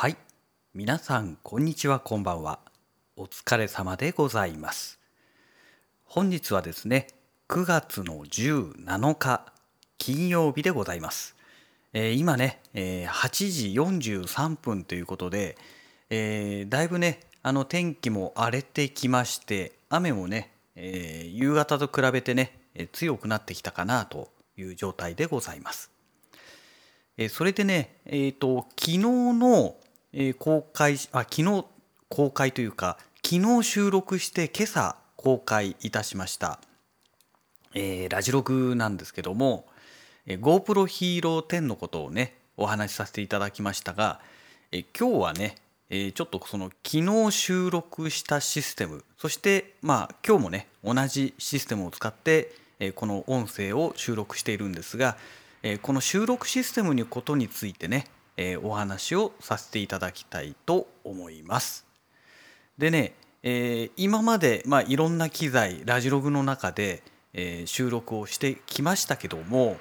はい。皆さん、こんにちは、こんばんは。お疲れ様でございます。本日はですね、9月の17日、金曜日でございます。今ね、8時43分ということで、だいぶね、天気も荒れてきまして、雨もね、夕方と比べてね、強くなってきたかなという状態でございます。それでね、昨日の、昨日公開というか、昨日収録して今朝公開いたしました、ラジログなんですけども、GoPro Hero 10のことをね、お話しさせていただきましたが、今日はね、ちょっとその昨日収録したシステム、そして今日もね、同じシステムを使って、この音声を収録しているんですが、この収録システムのことについてね、お話をさせていただきたいと思います。でね、今まで、いろんな機材ラジログの中で、収録をしてきましたけども、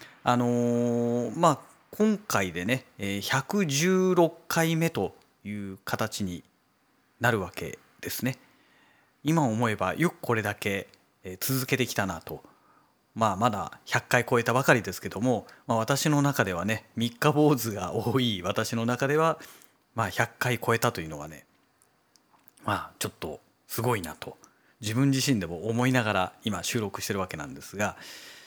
今回でね、116回目という形になるわけですね。今思えばよくこれだけ続けてきたなと。まだ100回超えたばかりですけども、私の中ではね、三日坊主が多い私の中では、100回超えたというのはね、ちょっとすごいなと自分自身でも思いながら今収録してるわけなんですが、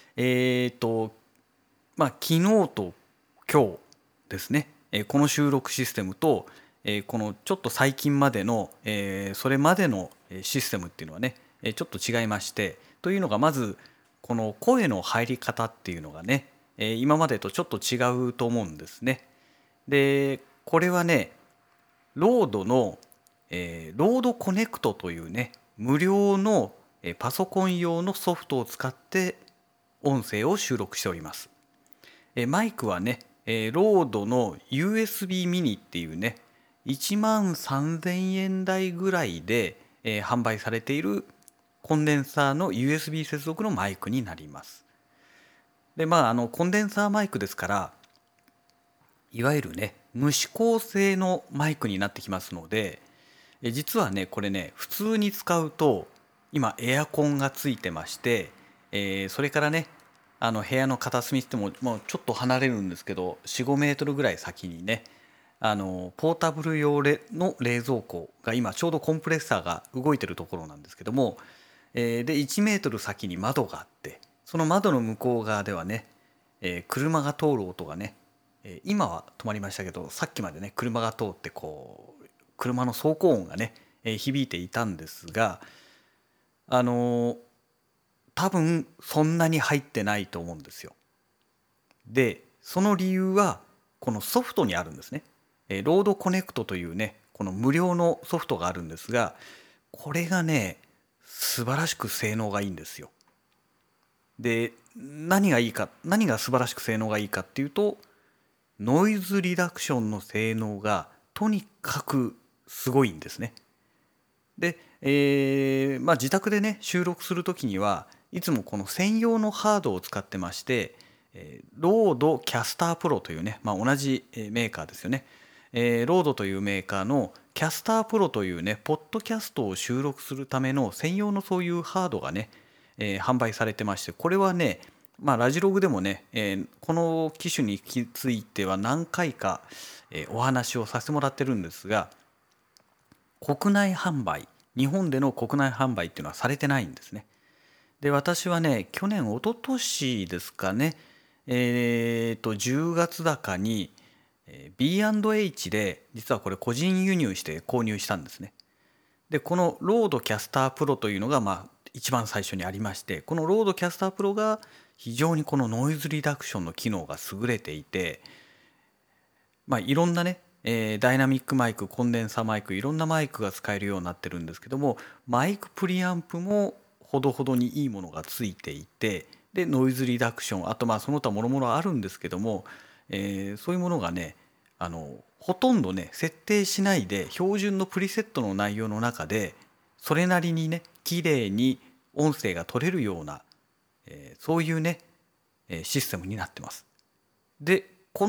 昨日と今日ですね、この収録システムと、このちょっと最近までの、それまでのシステムっていうのはね、ちょっと違いまして、というのがまずこの声の入り方っていうのがね、今までとちょっと違うと思うんですね。で、これはね、ロードの、ロードコネクトというね、無料のパソコン用のソフトを使って音声を収録しております。マイクはね、ロードの USB ミニっていうね、1万3000円台ぐらいで、販売されているコンデンサーの USB 接続のマイクになります。で、コンデンサーマイクですから、いわゆるね、無指向性のマイクになってきますので、実はね、これね、普通に使うと、今エアコンがついてまして、それからね、部屋の片隅ってもうちょっと離れるんですけど、4、5メートルぐらい先にね、ポータブル用の冷蔵庫が今ちょうどコンプレッサーが動いてるところなんですけども、で1メートル先に窓があって、その窓の向こう側ではね、車が通る音がね、今は止まりましたけど、さっきまでね、車が通ってこう車の走行音がね、響いていたんですが、あの多分そんなに入ってないと思うんですよ。で、その理由はこのソフトにあるんですね。ロードコネクトというね、この無料のソフトがあるんですが、これがね、素晴らしく性能がいいんですよ。で、何がいいか、何が素晴らしく性能がいいかっていうと、ノイズリダクションの性能がとにかくすごいんですね。で、自宅でね収録する時にはいつもこの専用のハードを使ってまして、ロードキャスタープロというね、同じメーカーですよね。ロードというメーカーのキャスタープロというねポッドキャストを収録するための専用のそういうハードがね、販売されてまして、これはね、ラジログでもね、この機種については何回か、お話をさせてもらってるんですが、国内販売、日本での国内販売っていうのはされてないんですね。で、私はね、去年、一昨年ですかね、10月高に、B&H で、実はこれ個人輸入して購入したんですね。で、このロードキャスタープロというのが、一番最初にありまして、このロードキャスタープロが非常にこのノイズリダクションの機能が優れていて、いろんなね、ダイナミックマイク、コンデンサーマイク、いろんなマイクが使えるようになってるんですけども、マイクプリアンプもほどほどにいいものがついていて、でノイズリダクション、あとその他もろもろあるんですけども、そういうものがね、ほとんどね設定しないで標準のプリセットの内容の中でそれなりにね綺麗に音声が取れるような、そういうねシステムになってます。で、この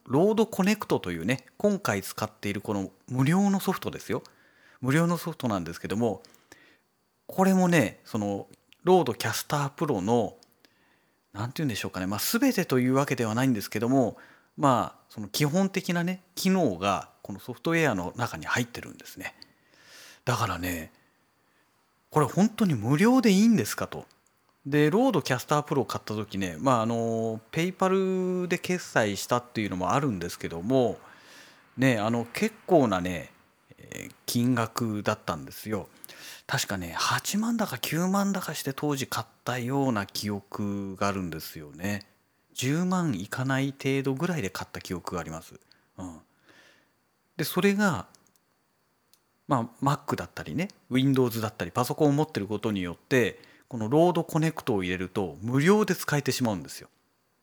ロードコネクトというね、今回使っているこの無料のソフトですよ。無料のソフトなんですけども、これもね、そのロードキャスタープロのなんて言うんでしょうかね、全てというわけではないんですけども、その基本的なね、機能がこのソフトウェアの中に入ってるんですね。だからね、これ本当に無料でいいんですかと。で、ロードキャスタープロを買った時ね、ペイパルで決済したっていうのもあるんですけども、ね、結構なね、金額だったんですよ。確かね、8万だか9万だかして当時買ったような記憶があるんですよね。10万いかない程度ぐらいで買った記憶があります。うん。で、それが、Mac だったりね、Windows だったり、パソコンを持ってることによって、このロードコネクトを入れると無料で使えてしまうんですよ。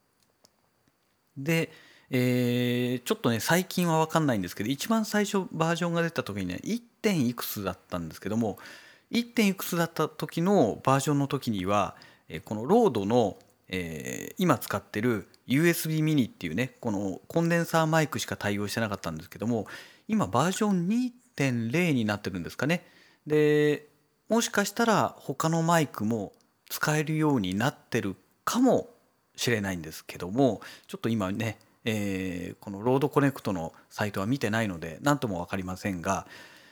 で、ちょっとね、最近は分かんないんですけど、一番最初バージョンが出た時にね、1. 点いくつだったんですけども、1. 点いくつだった時のバージョンの時には、このロードの、今使ってる USB ミニっていうね、このコンデンサーマイクしか対応してなかったんですけども、今バージョン 2.0 になってるんですかね。で、もしかしたら他のマイクも使えるようになってるかもしれないんですけども、ちょっと今ね、このロードコネクトのサイトは見てないので何とも分かりませんが、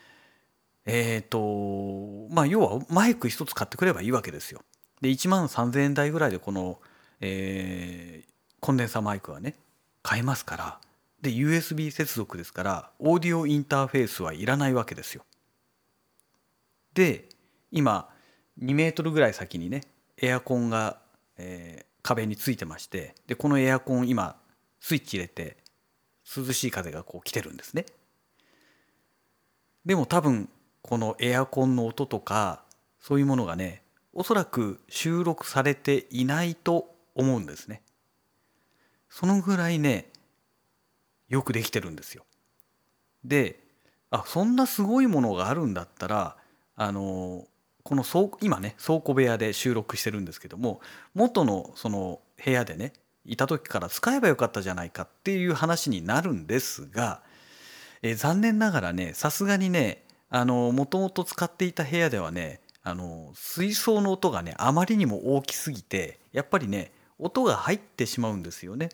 要はマイク一つ買ってくればいいわけですよ。で、1万3000円台ぐらいでこの、コンデンサーマイクはね、買えますから。で、USB 接続ですから、オーディオインターフェースはいらないわけですよ。で、今、2メートルぐらい先にね、エアコンが、壁についてまして、で、このエアコン今、スイッチ入れて、涼しい風がこう来てるんですね。でも多分、このエアコンの音とか、そういうものがね、おそらく収録されていないと思うんですね。そのぐらいね、よくできてるんですよ。で、そんなすごいものがあるんだったら、この今ね、倉庫部屋で収録してるんですけども、元のその部屋でね、いた時から使えばよかったじゃないかっていう話になるんですが、残念ながらね、さすがにね、もともと使っていた部屋ではね、水槽の音がね、あまりにも大きすぎて、やっぱりね、音が入ってしまうんですよね。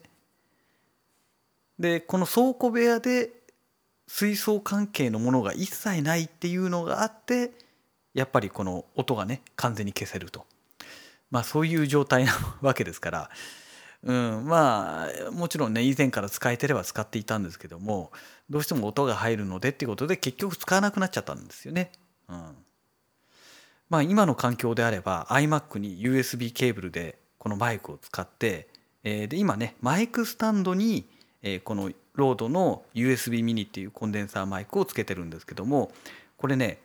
で、この倉庫部屋で水槽関係のものが一切ないっていうのがあって、やっぱりこの音がね、完全に消せると。そういう状態なわけですから、もちろんね、以前から使えてれば使っていたんですけども、どうしても音が入るのでっていうことで結局使わなくなっちゃったんですよね。今の環境であれば iMac に USB ケーブルでこのマイクを使って、で今ねマイクスタンドに、このロードの USB ミニっていうコンデンサーマイクをつけてるんですけども、これね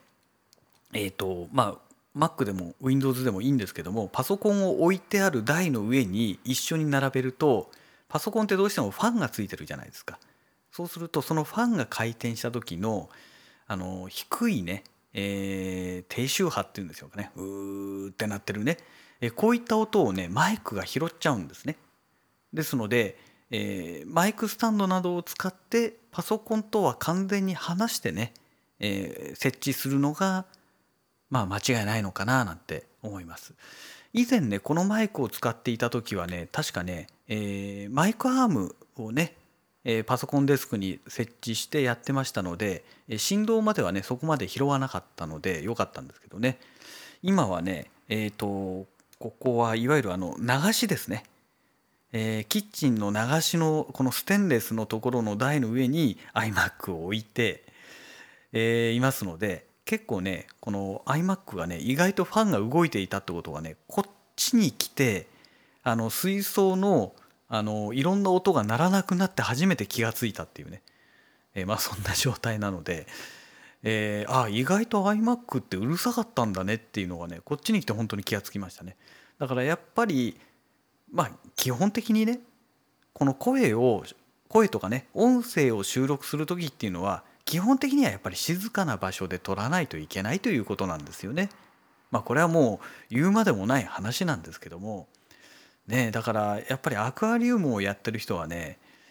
Mac でも Windows でもいいんですけども、パソコンを置いてある台の上に一緒に並べると、パソコンってどうしてもファンがついてるじゃないですか。そうするとそのファンが回転した時の低いね、低周波っていうんでしょうかね、うーってなってるね、こういった音をねマイクが拾っちゃうんですね。ですので、マイクスタンドなどを使ってパソコンとは完全に離してね、設置するのが間違いないのかななんて思います。以前ねこのマイクを使っていた時はね、確かね、マイクアームをね、パソコンデスクに設置してやってましたので、振動まではねそこまで拾わなかったので良かったんですけどね、今はねここはいわゆる流しですね、キッチンの流しのこのステンレスのところの台の上に iMac を置いて、いますので、結構ねこの iMac がね意外とファンが動いていたってことがね、こっちに来て水槽のいろんな音が鳴らなくなって初めて気がついたっていうね、そんな状態なので、意外と iMac ってうるさかったんだねっていうのがね、こっちに来て本当に気がつきましたね。だからやっぱり基本的にね、この声とかね音声を収録する時っていうのは基本的にはやっぱり静かな場所で撮らないといけないということなんですよね。これはもう言うまでもない話なんですけどもね、だからやっぱりアクアリウムをやってる人はね、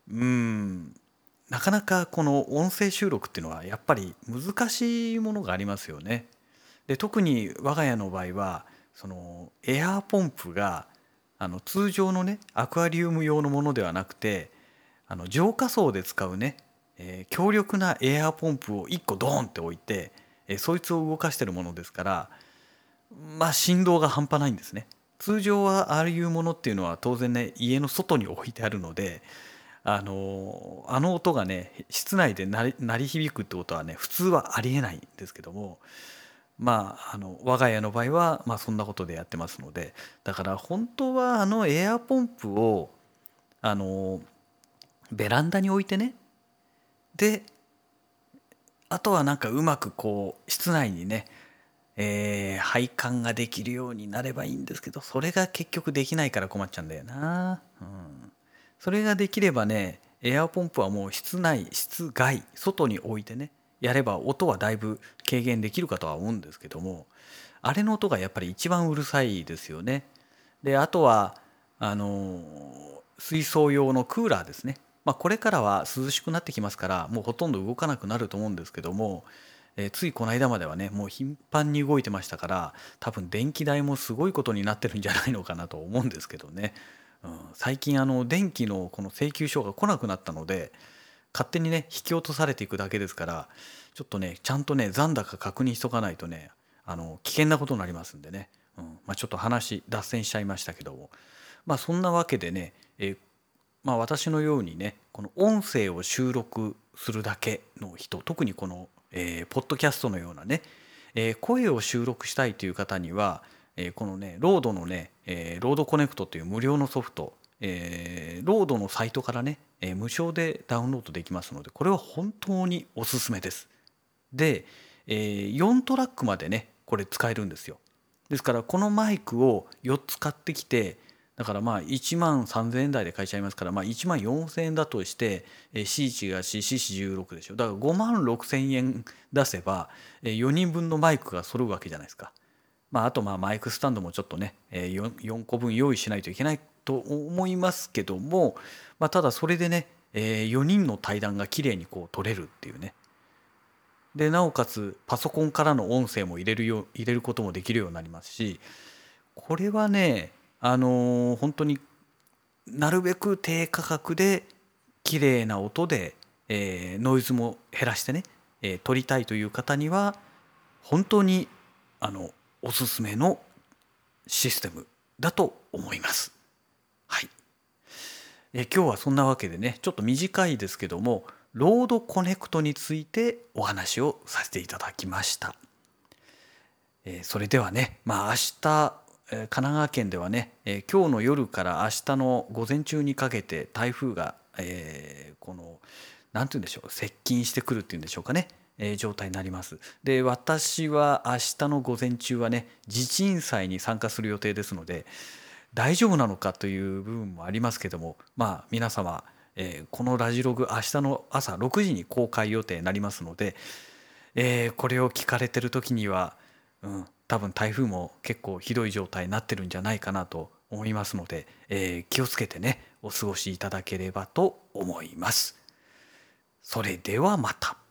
なかなかこの音声収録っていうのはやっぱり難しいものがありますよね。で特に我が家の場合はそのエアーポンプが通常のねアクアリウム用のものではなくて浄化槽で使うね、強力なエアーポンプを1個ドーンって置いて、そいつを動かしてるものですから、まあ振動が半端ないんですね。通常はああいうものっていうのは当然ね家の外に置いてあるので、あの音がね室内で鳴り響くってことはね普通はありえないんですけども、まあ我が家の場合はまあそんなことでやってますので、だから本当はエアポンプをあのベランダに置いてね、であとはなんかうまくこう室内にね、配管ができるようになればいいんですけど、それが結局できないから困っちゃうんだよな。それができればねエアポンプはもう室内室外外に置いてねやれば音はだいぶ軽減できるかとは思うんですけども、あれの音がやっぱり一番うるさいですよね。であとは水槽用のクーラーですね。まあこれからは涼しくなってきますからもうほとんど動かなくなると思うんですけども、ついこの間まではねもう頻繁に動いてましたから、多分電気代もすごいことになってるんじゃないのかなと思うんですけどね。最近電気のこの請求書が来なくなったので勝手にね引き落とされていくだけですから、ちょっとねちゃんとね残高確認しとかないとね危険なことになりますんでね、まあ、ちょっと話脱線しちゃいましたけども、まあそんなわけでね、まあ、私のようにねこの音声を収録するだけの人、特にこの、ポッドキャストのようなね、声を収録したいという方には、このねロードのね、ロードコネクトという無料のソフト、ロードのサイトからね、無償でダウンロードできますので、これは本当におすすめです。で、4トラックまでねこれ使えるんですよ。ですからこのマイクを4つ買ってきて、だからまあ1万3000円台で買えちゃいますから、まあ1万4000円だとして、C1 が CC16 でしょ。だから5万6000円出せば4人分のマイクが揃うわけじゃないですか。まああとまあマイクスタンドもちょっとね4個分用意しないといけないと思いますけども、まあただそれでね4人の対談が綺麗にこう取れるっていうね。でなおかつパソコンからの音声も入れることもできるようになりますし、これはね本当になるべく低価格で綺麗な音で、ノイズも減らしてね、撮りたいという方には本当におすすめのシステムだと思います。はい。今日はそんなわけでねちょっと短いですけどもロードコネクトについてお話をさせていただきました。それではねまあ明日神奈川県ではね、今日の夜から明日の午前中にかけて台風が、この何て言うんでしょう接近してくるっていうんでしょうかね、状態になります。で私は明日の午前中はね地鎮祭に参加する予定ですので大丈夫なのかという部分もありますけども、まあ皆様、このラジログ明日の朝6時に公開予定になりますので、これを聞かれてる時には、多分台風も結構ひどい状態になってるんじゃないかなと思いますので、気をつけてねお過ごしいただければと思います。それではまた。